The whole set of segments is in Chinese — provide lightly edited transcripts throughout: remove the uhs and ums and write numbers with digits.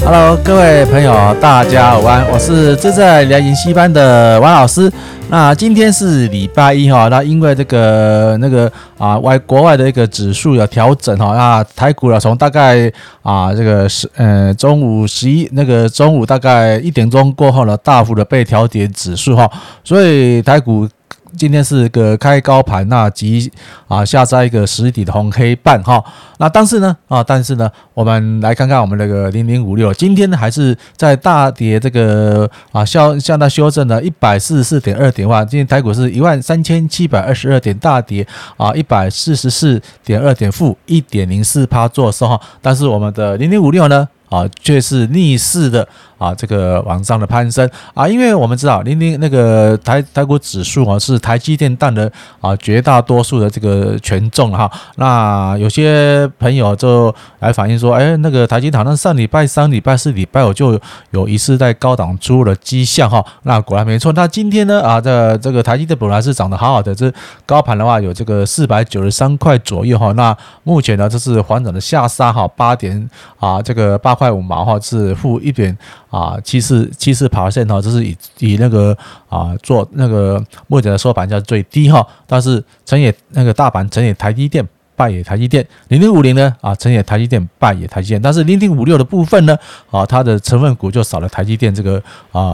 Hello， 各位朋友，大家午安，我是正在聊研习班的王老师。那今天是礼拜一哈，那因为这个国外的一个指数有调整哈，那台股呢从大概中午大概1点钟过后呢，大幅的被调跌指数哈，所以台股今天是个开高盘，那及下在一个实体的红黑半哈。那但是呢，我们来看看我们那个0056，今天呢还是在大跌这个向它修正了144.2点哇，今天台股是13722点大跌144.2点负1.04%做收哈，但是我们的0056呢却是逆势的这个往上的攀升因为我们知道台股指数是台积电占的绝大多数的这个权重哈。那有些朋友就来反映说，那个台积电好像上礼拜三、礼拜四、礼拜五就有疑似在高档出入的迹象哈。那果然没错。那今天呢这个台积电本来是涨得好好的，这高盘的话有这个493块左右哈。那目前呢这是缓转的下杀哈，8点这个8块5毛哈，是负1.74%哈，这是以那个做那个目前的收盘价最低哈，但是成也那个大盘成也台积电，败也台积电，0050呢成也台积电，败也台积电，但是0056的部分呢它的成分股就少了台积电这个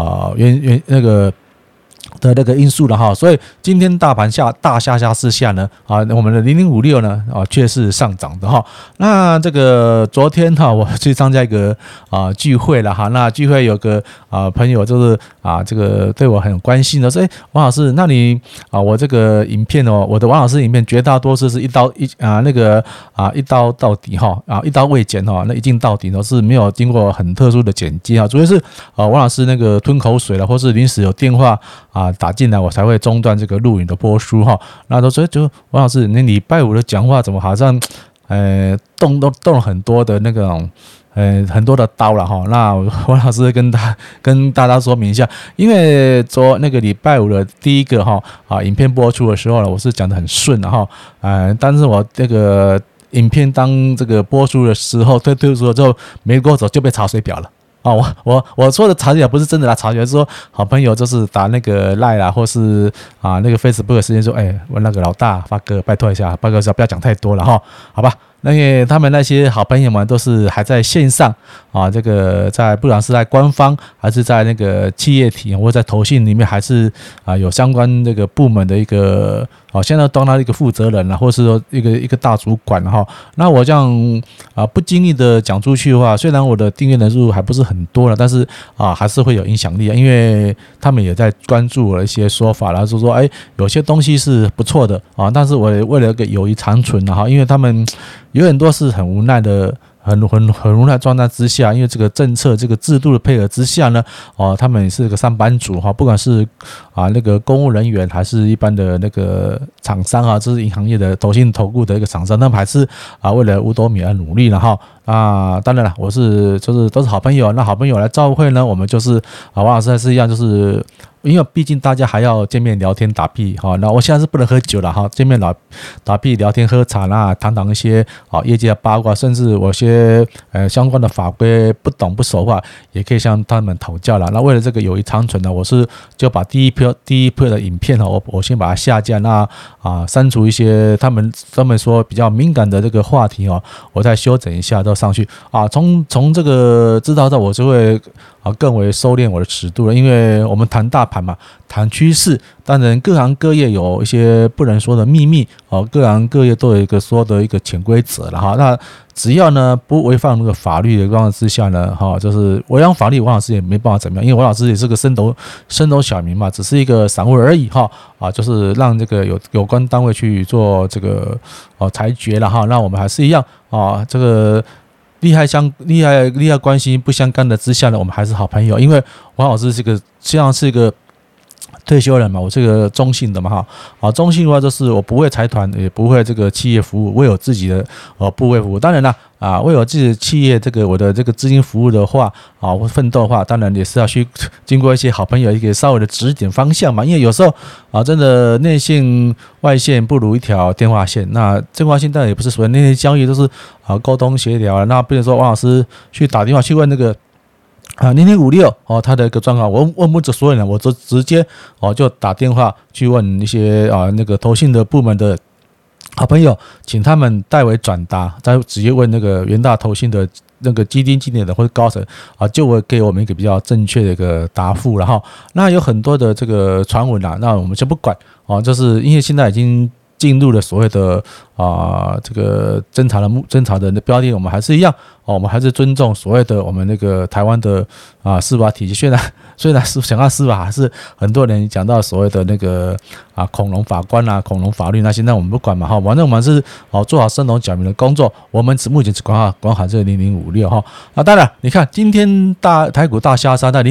的那个因素了哈，所以今天大盘大下之下呢我们的0056呢却是上涨的哈。那这个昨天我去参加一个聚会了哈，那聚会有个朋友就是这个对我很关心的说，王老师，那你我这个影片我的王老师影片绝大多数是一刀到底哈一刀未剪哈，那一镜到底呢是没有经过很特殊的剪接主要是王老师那个吞口水了，或是临时有电话打进来，我才会中断这个录影的播出哈。那都说就王老师，你礼拜五的讲话怎么好像动了很多的那个很多的刀了哈。那王老师跟大家说明一下，因为那个礼拜五的第一个影片播出的时候呢，我是讲得很顺的哈但是我这个影片当这个播出的时候推出了之后，没过走就被查水表了。我说的查水表不是真的查水表，是说好朋友就是打那个 LINE 啦，或是那个 Facebook 的时间说，我那个老大发哥拜托一下，拜托一下不要讲太多了哈，好吧？那个他们那些好朋友们都是还在线上这个在不管是在官方还是在那个企业体或者在投信里面，还是有相关这个部门的一个现在当他一个负责人或是说一个大主管哈。那我这样不经意的讲出去的话，虽然我的订阅人数还不是很多了，但是还是会有影响力因为他们也在关注我的一些说法，然后就说有些东西是不错的但是我为了一个友谊长存因为他们有很多是很无奈的。很无奈状态之下，因为这个政策这个制度的配合之下呢他们也是个上班族不管是那个公务人员还是一般的那个厂商这是银行业的投信投顾的一个厂商，他们还是为了五斗米而努力了当然了，就是都是好朋友，那好朋友来召会呢，我们就是王老师还是一样，就是因为毕竟大家还要见面聊天打屁那我现在是不能喝酒了见面打屁聊天喝茶谈一些业界的八卦，甚至我些相关的法规不懂不熟的话，也可以向他们讨教了。那为了这个友谊长存呢，我是就把第一批的影片我先把它下架，那删除一些他们说比较敏感的这个话题我再修整一下都上去从这个知道到我就会更为收敛我的尺度了，因为我们谈大盘嘛，谈趋势，当然各行各业有一些不能说的秘密各行各业都有一个说的一个潜规则了那只要呢不违反那个法律的状况之下呢就是违反法律，王老师也没办法怎么样，因为王老师也是个升斗小民嘛，只是一个散户而已就是让这个有关单位去做这个裁决了那我们还是一样这个利害关系不相干的之下呢，我们还是好朋友。因为王老师虽然是一个退休人嘛，我是个中性的嘛中性的话就是我不会财团，也不会这个企业服务，我有自己的部位服务。当然啦为我自己的企业这个我的这个资金服务的话或奋斗的话，当然也是要去经过一些好朋友一个稍微的指点方向嘛。因为有时候真的内线外线不如一条电话线，那电话线当然也不是所谓那些交易都是沟通协调那比如说王老师去打电话去问那个 0056它的一个状况，我问不着所有人，我就直接就打电话去问一些那个投信的部门的好朋友，请他们代为转达，再直接问那个元大投信的那个基金经理人或者高层就会给我们一个比较正确的一个答复了哈。那有很多的这个传闻那我们先不管就是因为现在已经进入了所谓的这个侦查的标的，我们还是一样我们还是尊重所谓的我们那个台湾的司法体系。虽然是想要司法，还是很多人讲到所谓的那个恐龙法官恐龙法律，那现在我们不管嘛哈，反正我们是做好声龙讲明的工作，我们目前只管好这个0056哈。当然你看今天台股大下杀，在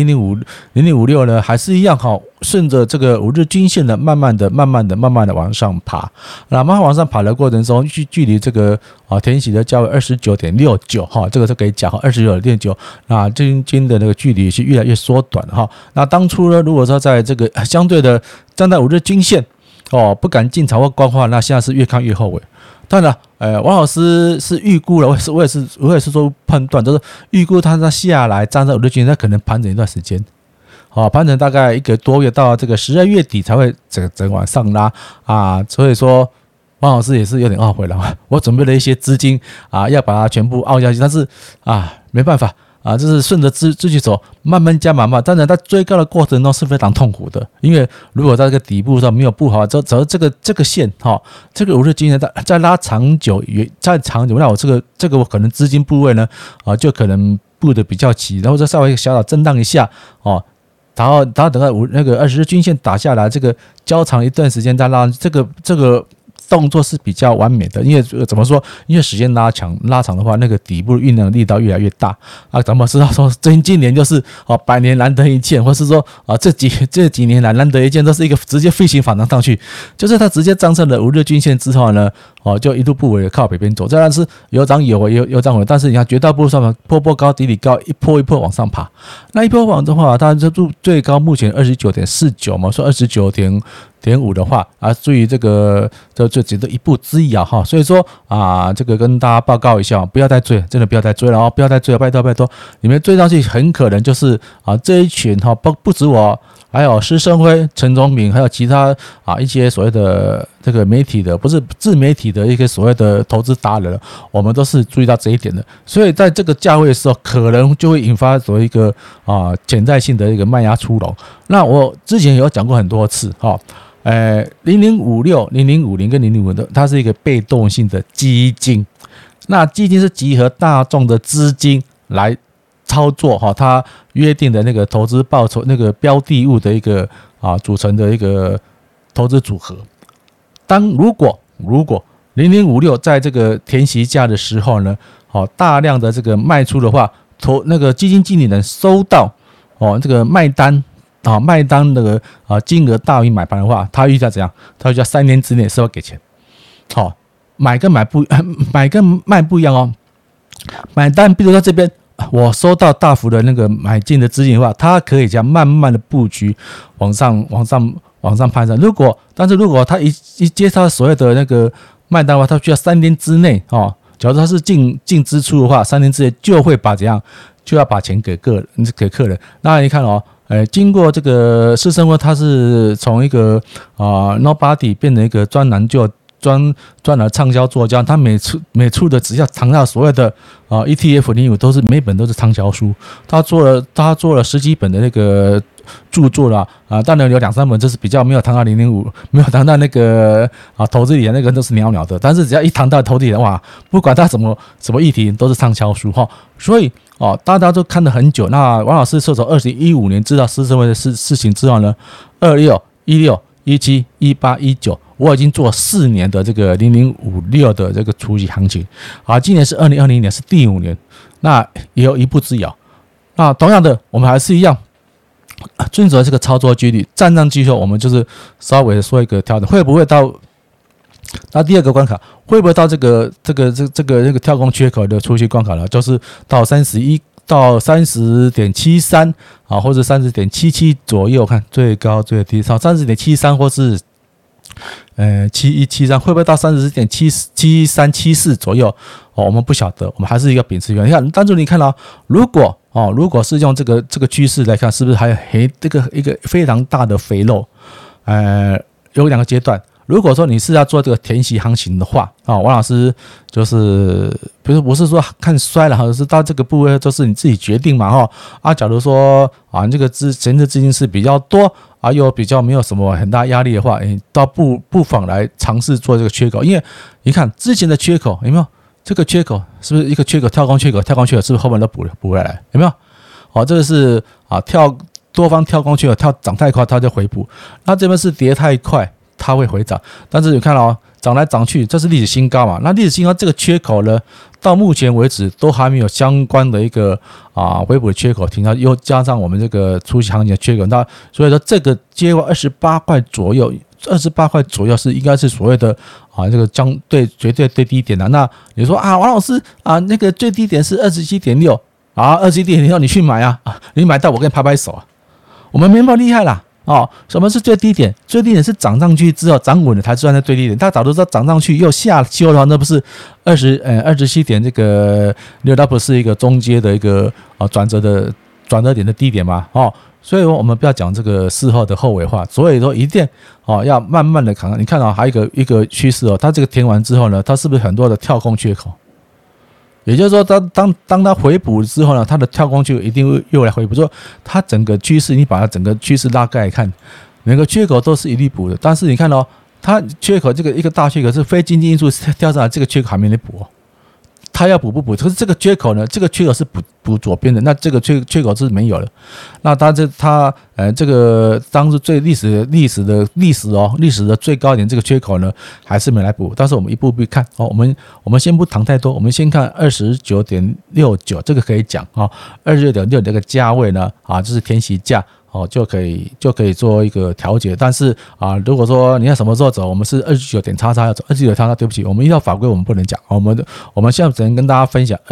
0056呢还是一样顺着这个5日均线的慢慢的往上爬，那慢慢往上爬的过程中，距离这个填息的价位 29.69 哈，这个是可以讲29.69，那今天的那个距离是越来越缩短哈。那当初呢，如果说在这个相对的站在5日均线不敢进场或观望，那现在是越看越后悔。当然王老师是预估了，我也是做判断，就是预估它下来站在5日均线，它可能盘整一段时间。盘整大概1个多月，到这个12月底才会整往上拉所以说王老师也是有点懊悔了，我准备了一些资金要把它全部凹下去，但是没办法就是顺着自己走，慢慢加码。当然在追高的过程中是非常痛苦的，因为如果在这个底部上没有布好，只要这个线这个5日均线再拉长久，那我这个我可能资金部位呢就可能布的比较齐，然后再稍微小震荡一下然后等到那个20日均线打下来，这个较长一段时间再拉，这个动作是比较完美的。因为怎么说？因为时间拉长的话，那个底部酝酿力道越来越大咱们知道说今年就是百年难得一见，或是说这几年来难得一见，都是一个直接飞行反弹上去，就是它直接站上了5日均线之后呢就一度不回靠北边走，当然是有涨有回有涨有回，但是你看绝大多数上波高底高，一波往上爬。那一波往的话，它最高目前 29.49 嘛，说 29.5 的话注意这个就只是一步之遥所以说这个跟大家报告一下，不要再追，真的不要再追了不要再追了，拜托，你们追上去很可能就是这一群不止我，还有施昇輝、陈宗明，还有其他一些所谓的这个媒体的，不是自媒体的一个所谓的投资达人，我们都是注意到这一点的。所以在这个价位的时候，可能就会引发所谓一个潜在性的一个卖压出笼。那我之前有讲过很多次0056、0050跟0056的，它是一个被动性的基金。那基金是集合大众的资金来操作它约定的那个投资报酬那个标的物的一个组成的一个投资组合。如果0056在这个填息价的时候呢大量的这个卖出的话，那个基金经理人收到这个卖单那个金额大于买盘的话，他预计怎样？他预计3年之内是要给钱。买跟卖不一样买单比如说这边我收到大幅的那个买进的资金的话，它可以这样慢慢的布局往上攀升。但是如果他一接到所谓的那个卖单的话，他需要3年之内假如他是净支出的话，3年之内就会把就要把钱给客人。那你看经过这个施昇輝，他是从一个nobody 变成一个专栏畅销作家，他每出的只要谈到所谓的ETF 05都是每本都是畅销书，他做了10几本的那个著作了当然有2-3本这是比较没有谈到005，没有谈到那个投资理财那个都是袅袅的，但是只要一谈到投资理财，哇，不管他什么议题都是畅销书所以大家都看了很久。那王老师是从2015年知道施昇輝的事情之后呢，26、16、17、18、19，我已经做4年的这个0056的这个初级行情今年是2020年，是第5年，那也有一步之遥。那同样的，我们还是一样遵守这个操作纪律，站上去后我们就是稍微做一个调整，会不会到第二个关卡，会不会到这个跳空缺口的初期关卡呢？就是到31到 30.73 或者 30.77 左右，看最高最低到 30.73 或是7173，会不会到 30.7374 左右我们不晓得，我们还是一个秉持原理。你看，单纯你看如果哦，如果是用这个趋势来看，是不是还有这个一个非常大的肥肉？有2个阶段。如果说你是要做这个填息行情的话，王老师就是不是说看衰了，而是到这个部位就是你自己决定嘛，假如说这个前置资金是比较多又比较没有什么很大压力的话，倒不妨来尝试做这个缺口，因为你看之前的缺口有没有？这个缺口是不是一个缺口跳空缺口？跳空缺口是不是后面都补回来？有没有？这个是多方跳空缺口，涨太快它就回补，那这边是跌太快。它会回涨，但是你看涨来涨去，这是历史新高嘛？那历史新高这个缺口呢，到目前为止都还没有相关的一个回补的缺口停，又加上我们这个初期行情的缺口，那所以说这个接近28块左右是应该是所谓的这个绝对最低点的。那你说王老师那个最低点是27.627.6，你去买你买到我给你拍拍手我们没那么厉害啦。什么是最低点？最低点是涨上去之后涨稳了才算在最低点。他早都知道涨上去又下修的话，那不是27点这个6，那不是一个中阶的一个转折点的低点吗？所以我们不要讲这个事后的后尾话。所以说一定要慢慢的看。你看还有一个趋势它这个填完之后呢，它是不是很多的跳空缺口？也就是说，当它回补之后呢，它的跳空就一定会又来回补。说它整个趋势，你把它整个趋势拉开来看，每个缺口都是一律补的。但是你看它缺口这个一个大缺口是非经济因素跳上来，这个缺口还没得补它要补不补？可是这个缺口呢，这个缺口是补左边的，那这个缺口是没有了。那它这个当时最历史的最高点这个缺口呢，还是没来补。但是我们一步步看我们先不谈太多，我们先看29.69，这个可以讲29.6这个价位呢就是填息价。就可以做一个调节，但是如果说你要什么时候走，我们是29点叉叉要走，29.叉叉，对不起，我们依照法规我们不能讲，我们现在只能跟大家分享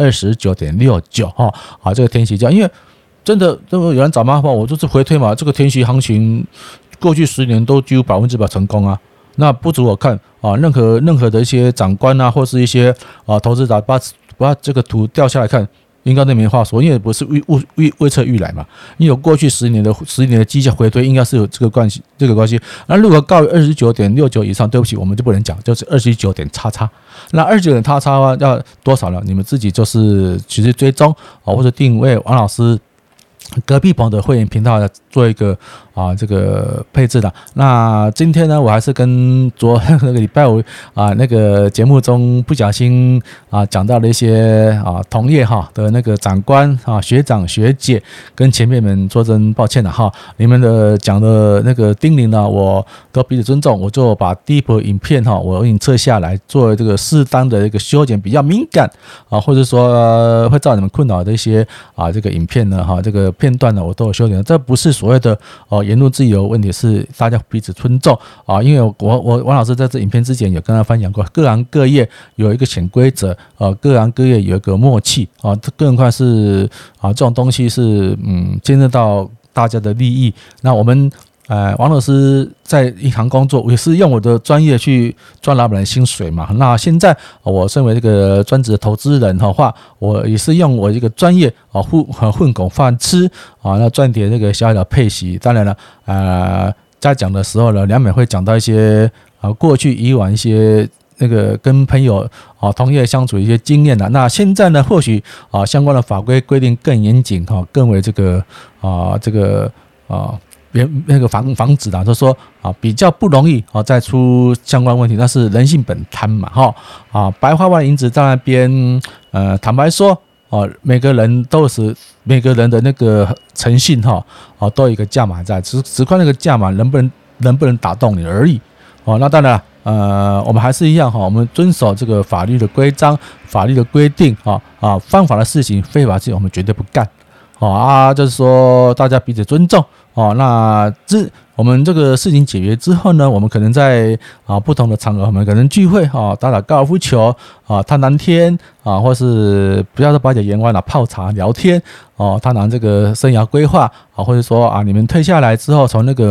29.69这个填息价，因为真的有人找麻烦，我就是回推嘛，这个填息行情过去10年都几乎100%成功那不止我看任何的一些长官或是一些投资者把这个图调下来看。应该那没话说，因为不是未测预来嘛。你有过去10年的绩效回推，应该是有这个关系。那如果高于29.69以上，对不起，我们就不能讲，就是29点叉叉。那29点叉叉要多少呢？你们自己就是其实追踪或者定位王老师隔壁棚的会员频道来做一个这个配置的。那今天呢，我还是跟那个礼拜五那个节目中不小心讲到了一些同业的那个长官学长学姐跟前辈们说声抱歉了你们的讲的那个叮咛呢，我都彼此尊重，我就把第一波影片我给你撤下来，做这个适当的一个修剪，比较敏感或者说会造成你们困扰的一些这个影片呢这个片段呢，我都有修剪。这不是所谓的言论自由问题，是大家彼此尊重因为我王老师在这影片之前有跟他分享过，各行各业有一个潜规则各行各业有一个默契更何况是这种东西是牵涉到大家的利益。那我们王老师在银行工作，也是用我的专业去赚老板的薪水嘛。那现在我身为这个专职的投资人的话，我也是用我这个专业混口饭吃那赚点这个小小的配息。当然了，在讲的时候呢，两美会讲到一些过去以往一些那个跟朋友同业相处一些经验那现在呢，或许相关的法规规定更严谨更为这个那个防止就是说比较不容易再出相关问题，那是人性本贪嘛白花花的银子在那边坦白说每个人的那个诚信都有一个价码在，只看那个价码能不能打动你而已那当然我们还是一样我们遵守这个法律的规章、法律的规定犯法的事情、非法的事情我们绝对不干就是说大家彼此尊重那我们这个事情解决之后呢，我们可能在不同的场合，我们可能聚会打高尔夫球谈天或是不要说把酒言欢泡茶聊天谈这个生涯规划或者说你们退下来之后从那个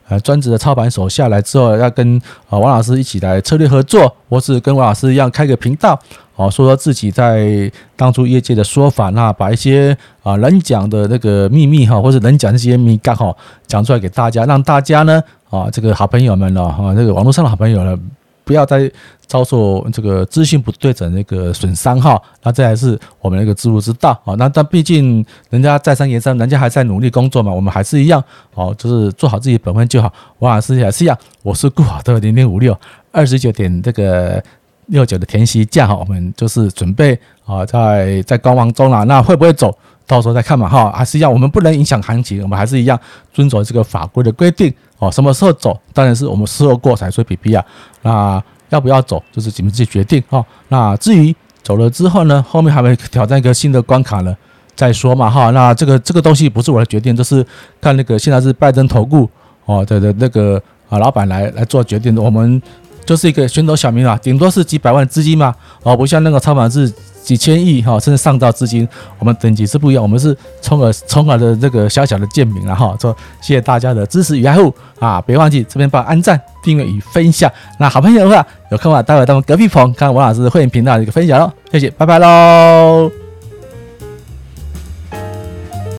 专职的操盘手下来之后，要跟王老师一起来策略合作，或是跟王老师一样开个频道，说自己在当初业界的说法，那把一些人讲的那个秘密或者人讲这些秘干讲出来给大家，让大家呢这个好朋友们这个网络上的好朋友呢，不要再遭受这个资讯不对等那个损伤那这还是我们那个知路之道那但毕竟人家在山岩山，人家还在努力工作嘛，我们还是一样就是做好自己本分就好。王老师还是一样，我是顾好的005629点这个69的填息价我们就是准备在观望中那会不会走？到时候再看嘛还是一样，我们不能影响行情，我们还是一样遵守这个法规的规定什么时候走，当然是我们事后过才说比那要不要走就是你们自己决定那至于走了之后呢，后面还会挑战一个新的关卡呢，再说嘛那这个东西不是我的决定，就是看那个现在是拜登投顾的那个老板来做决定的，我们就是一个选手小民顶多是几百万资金嘛不像那个操盘是几千亿甚至上兆资金，我们等级是不一样，我们是从而的这个小小的贱民说谢谢大家的支持与爱护别忘记这边帮按赞、订阅与分享。那好朋友的话有空待会到我们隔壁棚看王老师的会员频道的一个分享谢谢，拜拜喽。